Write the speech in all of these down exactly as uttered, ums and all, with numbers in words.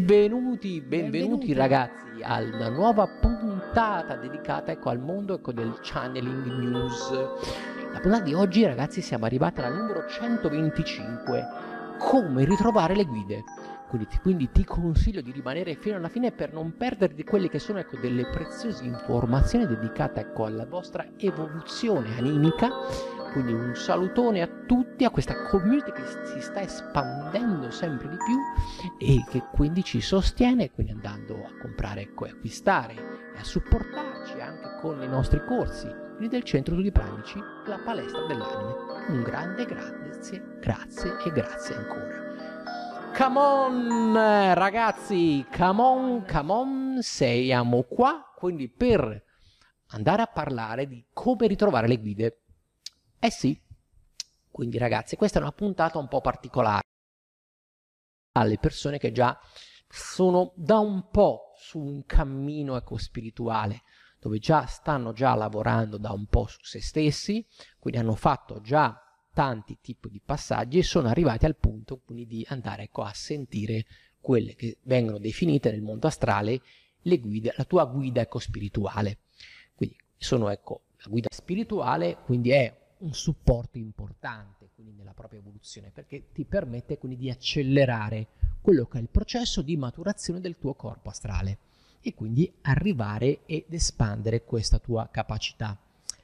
Benvenuti, benvenuti, Benvenuti. ragazzi alla nuova puntata dedicata ecco, al mondo ecco, del channeling news. La puntata di oggi, ragazzi, siamo arrivati alla numero centoventicinque, come ritrovare le guide. Quindi ti, quindi ti consiglio di rimanere fino alla fine per non perderti quelle che sono ecco, delle preziose informazioni dedicate ecco, alla vostra evoluzione animica. Quindi un salutone a tutti, a questa community che si sta espandendo sempre di più e che quindi ci sostiene, quindi andando a comprare ecco, e acquistare e a supportarci anche con i nostri corsi, quindi del Centro Studi Pranici, la palestra dell'anime. Un grande grazie, grazie e grazie ancora. Come on ragazzi, come on, come on, siamo qua quindi per andare a parlare di come ritrovare le guide. Eh sì, quindi ragazzi, questa è una puntata un po' particolare alle persone che già sono da un po' su un cammino ecco, spirituale, dove già stanno già lavorando da un po' su se stessi, quindi hanno fatto già tanti tipi di passaggi e sono arrivati al punto quindi di andare ecco, a sentire quelle che vengono definite nel mondo astrale le guide, la tua guida ecco, spirituale. Quindi sono ecco, la guida spirituale, quindi è un supporto importante quindi nella propria evoluzione, perché ti permette quindi di accelerare quello che è il processo di maturazione del tuo corpo astrale e quindi arrivare ed espandere questa tua capacità.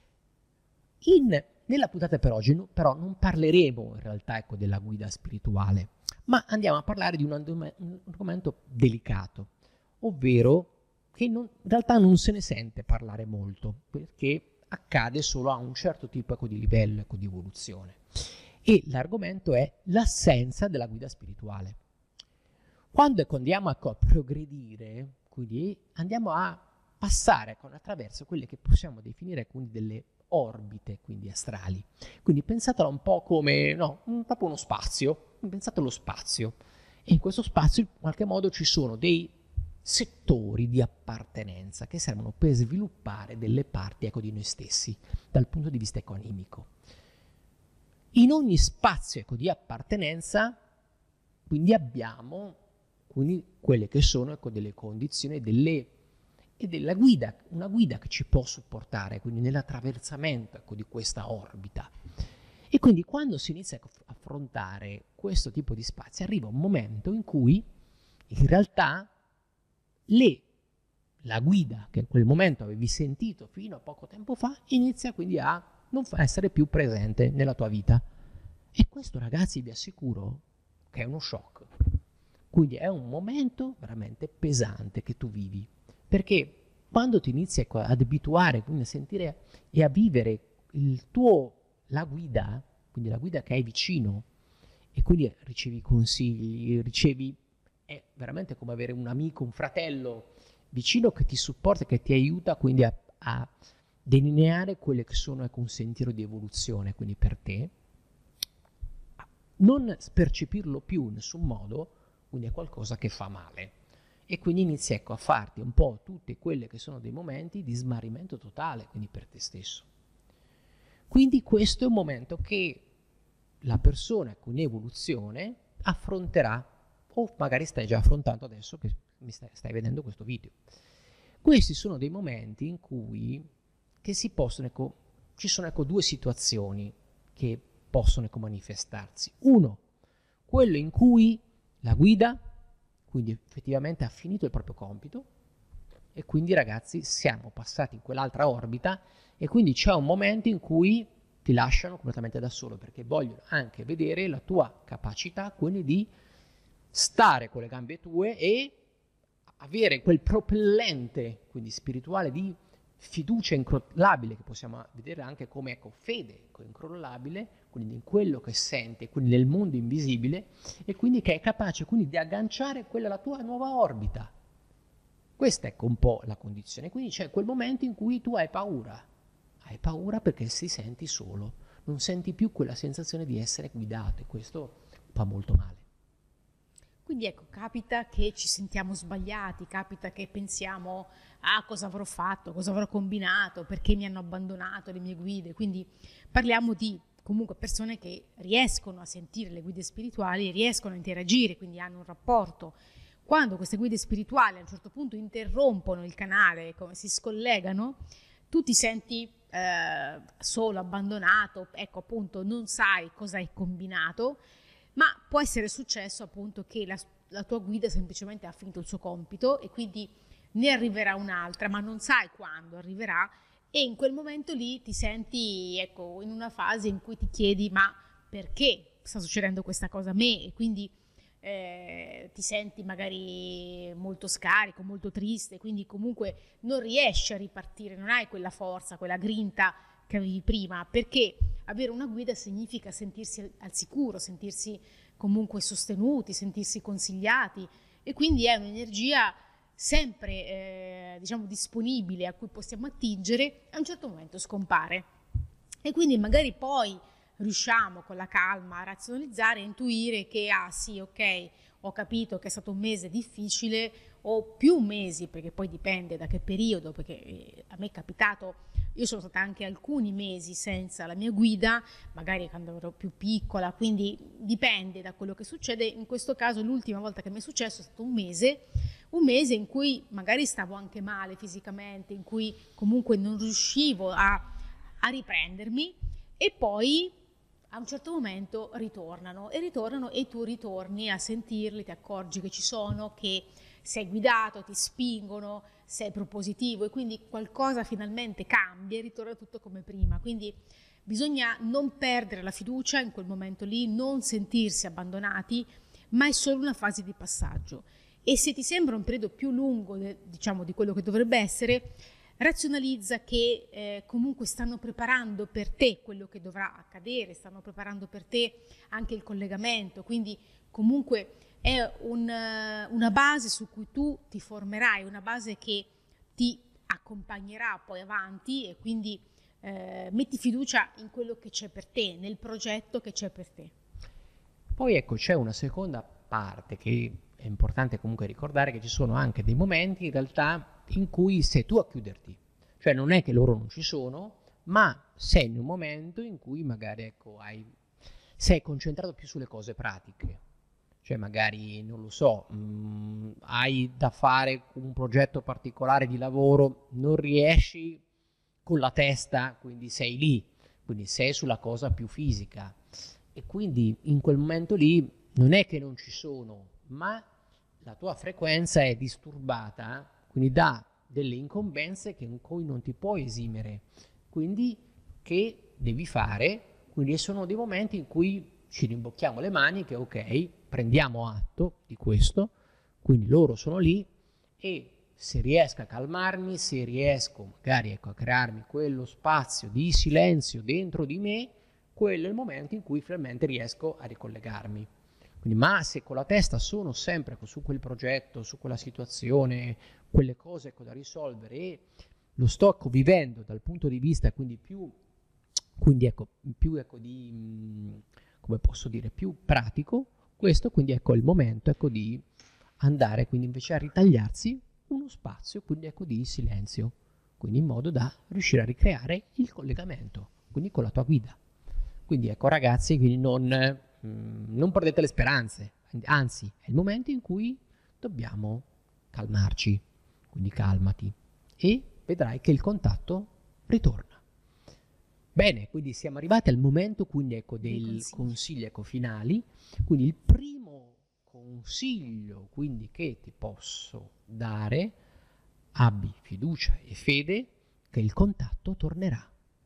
In, nella puntata per oggi però non parleremo in realtà ecco, della guida spirituale, ma andiamo a parlare di un, un argomento delicato, ovvero che non, in realtà non se ne sente parlare molto, perché accade solo a un certo tipo ecco, di livello ecco, di evoluzione. E l'argomento è l'assenza della guida spirituale. Quando ecco, andiamo ecco, a progredire, quindi andiamo a passare ecco, attraverso quelle che possiamo definire quindi delle orbite quindi astrali. Quindi pensatela un po' come no, un, proprio uno spazio, pensate allo spazio. E in questo spazio in qualche modo ci sono dei settori di appartenenza che servono per sviluppare delle parti ecco, di noi stessi dal punto di vista economico. In ogni spazio ecco, di appartenenza quindi abbiamo quindi, quelle che sono ecco, delle condizioni delle, e della guida, una guida che ci può supportare quindi nell'attraversamento ecco, di questa orbita. E quindi quando si inizia ecco, a affrontare questo tipo di spazi arriva un momento in cui in realtà Le, la guida che in quel momento avevi sentito fino a poco tempo fa inizia quindi a non essere più presente nella tua vita. E questo ragazzi vi assicuro che è uno shock. Quindi è un momento veramente pesante che tu vivi. Perché quando ti inizi ad abituare, quindi a sentire e a vivere il tuo, la guida, quindi la guida che hai vicino, e quindi ricevi consigli, ricevi è veramente come avere un amico, un fratello vicino che ti supporta, che ti aiuta quindi a, a delineare quelle che sono ecco, un sentiero di evoluzione quindi per te, non percepirlo più in nessun modo, quindi è qualcosa che fa male. E quindi inizi ecco, a farti un po' tutte quelle che sono dei momenti di smarrimento totale, quindi per te stesso. Quindi questo è un momento che la persona con evoluzione affronterà o magari stai già affrontando adesso che mi stai, stai vedendo questo video. Questi sono dei momenti in cui che si possono, ecco, ci sono ecco, due situazioni che possono ecco, manifestarsi. Uno, quello in cui la guida, quindi effettivamente ha finito il proprio compito e quindi ragazzi siamo passati in quell'altra orbita e quindi c'è un momento in cui ti lasciano completamente da solo perché vogliono anche vedere la tua capacità quindi di stare con le gambe tue e avere quel propellente quindi spirituale di fiducia incrollabile che possiamo vedere anche come ecco, fede incrollabile quindi in quello che sente quindi nel mondo invisibile e quindi che è capace quindi di agganciare quella la tua nuova orbita. Questa è ecco, un po' la condizione, quindi c'è quel momento in cui tu hai paura hai paura perché si senti solo, non senti più quella sensazione di essere guidato e questo fa molto male. Quindi ecco, capita che ci sentiamo sbagliati, capita che pensiamo ah cosa avrò fatto, cosa avrò combinato, perché mi hanno abbandonato le mie guide, quindi parliamo di comunque persone che riescono a sentire le guide spirituali, riescono a interagire, quindi hanno un rapporto. quando queste guide spirituali a un certo punto interrompono il canale, come si scollegano, tu ti senti eh, solo, abbandonato, ecco appunto non sai cosa hai combinato, ma può essere successo appunto che la, la tua guida semplicemente ha finito il suo compito e quindi ne arriverà un'altra, ma non sai quando arriverà, e in quel momento lì ti senti, ecco, in una fase in cui ti chiedi ma perché sta succedendo questa cosa a me, e quindi eh, ti senti magari molto scarico, molto triste, quindi comunque non riesci a ripartire, non hai quella forza, quella grinta che avevi prima, perché avere una guida significa sentirsi al sicuro, sentirsi comunque sostenuti, sentirsi consigliati, e quindi è un'energia sempre eh, diciamo disponibile, a cui possiamo attingere, a un certo momento scompare, e quindi magari poi riusciamo con la calma a razionalizzare, a intuire che ah sì, ok, ho capito che è stato un mese difficile, o più mesi, perché poi dipende da che periodo, perché eh, a me è capitato, io sono stata anche alcuni mesi senza la mia guida, magari quando ero più piccola, quindi dipende da quello che succede. In questo caso l'ultima volta che mi è successo è stato un mese, un mese in cui magari stavo anche male fisicamente, in cui comunque non riuscivo a, a riprendermi, e poi a un certo momento ritornano e ritornano e tu ritorni a sentirli, ti accorgi che ci sono, che sei guidato, ti spingono, sei propositivo, e quindi qualcosa finalmente cambia e ritorna tutto come prima. Quindi bisogna non perdere la fiducia in quel momento lì, non sentirsi abbandonati, ma è solo una fase di passaggio. E se ti sembra un periodo più lungo, diciamo, di quello che dovrebbe essere, razionalizza che eh, comunque stanno preparando per te quello che dovrà accadere, stanno preparando per te anche il collegamento, quindi comunque è un, una base su cui tu ti formerai, una base che ti accompagnerà poi avanti, e quindi eh, metti fiducia in quello che c'è per te, nel progetto che c'è per te. Poi ecco, c'è una seconda parte che è importante comunque ricordare, che ci sono anche dei momenti in realtà in cui sei tu a chiuderti, cioè non è che loro non ci sono, ma sei in un momento in cui magari ecco, hai, sei concentrato più sulle cose pratiche, cioè magari non lo so, mh, hai da fare un progetto particolare di lavoro, non riesci con la testa, quindi sei lì, quindi sei sulla cosa più fisica, e quindi in quel momento lì non è che non ci sono, ma la tua frequenza è disturbata, quindi da delle incombenze che in cui non ti puoi esimere, quindi che devi fare, quindi sono dei momenti in cui ci rimbocchiamo le maniche, ok, prendiamo atto di questo, quindi loro sono lì, e se riesco a calmarmi, se riesco magari ecco, a crearmi quello spazio di silenzio dentro di me, quello è il momento in cui finalmente riesco a ricollegarmi. Quindi, ma se con la testa sono sempre su quel progetto, su quella situazione, quelle cose ecco, da risolvere, e lo sto ecco, vivendo dal punto di vista quindi più, quindi ecco, più ecco, di, come posso dire, più pratico, questo quindi ecco il momento ecco, di andare quindi invece a ritagliarsi uno spazio quindi ecco, di silenzio, quindi in modo da riuscire a ricreare il collegamento, quindi con la tua guida. Quindi ecco ragazzi, quindi non, mh, non perdete le speranze, anzi è il momento in cui dobbiamo calmarci, quindi calmati e vedrai che il contatto ritorna. Bene, quindi siamo arrivati al momento quindi ecco del consiglio ecco, finali, quindi il primo consiglio quindi che ti posso dare, abbi fiducia e fede che il contatto tornerà.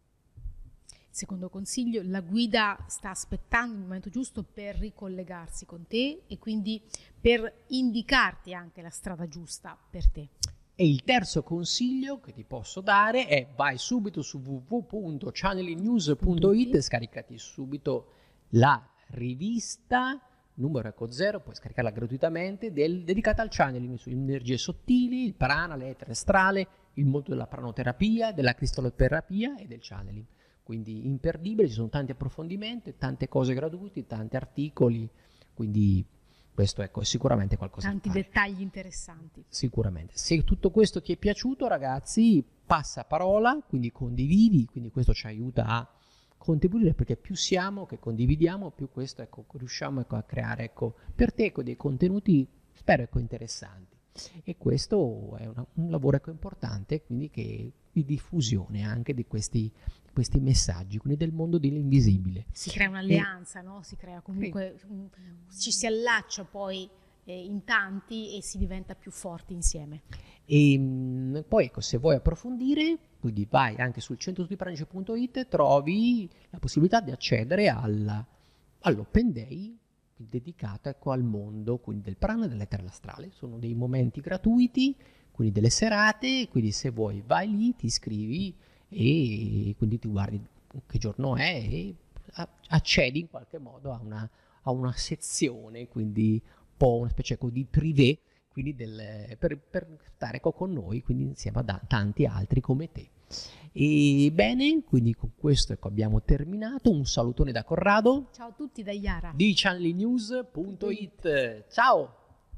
Secondo consiglio, la guida sta aspettando il momento giusto per ricollegarsi con te e quindi per indicarti anche la strada giusta per te. E il terzo consiglio che ti posso dare è: vai subito su w w w punto channeling news punto it e scaricati subito la rivista numero ecco zero, puoi scaricarla gratuitamente, del, dedicata al channeling, sulle energie sottili, il prana, l'etere astrale, il mondo della pranoterapia, della cristalloterapia e del channeling. Quindi imperdibile, ci sono tanti approfondimenti, tante cose gratuite, tanti articoli, quindi questo ecco, è sicuramente qualcosa tanti da fare. Dettagli interessanti. Sicuramente. Se tutto questo ti è piaciuto, ragazzi, passa parola, quindi condividi, quindi questo ci aiuta a contribuire, perché più siamo che condividiamo, più questo ecco, riusciamo ecco, a creare ecco, per te ecco, dei contenuti spero ecco interessanti. E questo è una, un lavoro ecco importante, quindi che di diffusione anche di questi, questi messaggi, quindi del mondo dell'invisibile. Si crea un'alleanza, e, no? Si crea comunque, sì. Ci si allaccia poi eh, in tanti e si diventa più forti insieme. E mh, poi ecco, se vuoi approfondire, quindi vai anche sul centro studi pranici punto it, trovi la possibilità di accedere alla, all'Open Day dedicato ecco, al mondo quindi del prana e dell'etere astrale. Sono dei momenti gratuiti, quindi delle serate, quindi se vuoi vai lì, ti iscrivi e quindi ti guardi che giorno è e accedi in qualche modo a una, a una sezione, quindi un po' una specie ecco, di privé, quindi del, per, per stare ecco, con noi, quindi insieme a da, tanti altri come te. E bene, quindi con questo ecco, abbiamo terminato. Un salutone da Corrado. Ciao a tutti da Iara di channeling news punto it. Ciao.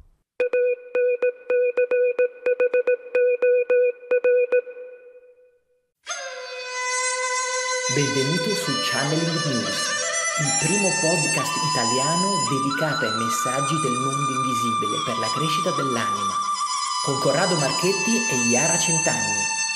Benvenuto su Channeling News, il primo podcast italiano dedicato ai messaggi del mondo invisibile per la crescita dell'anima, con Corrado Marchetti e Iara Centanni.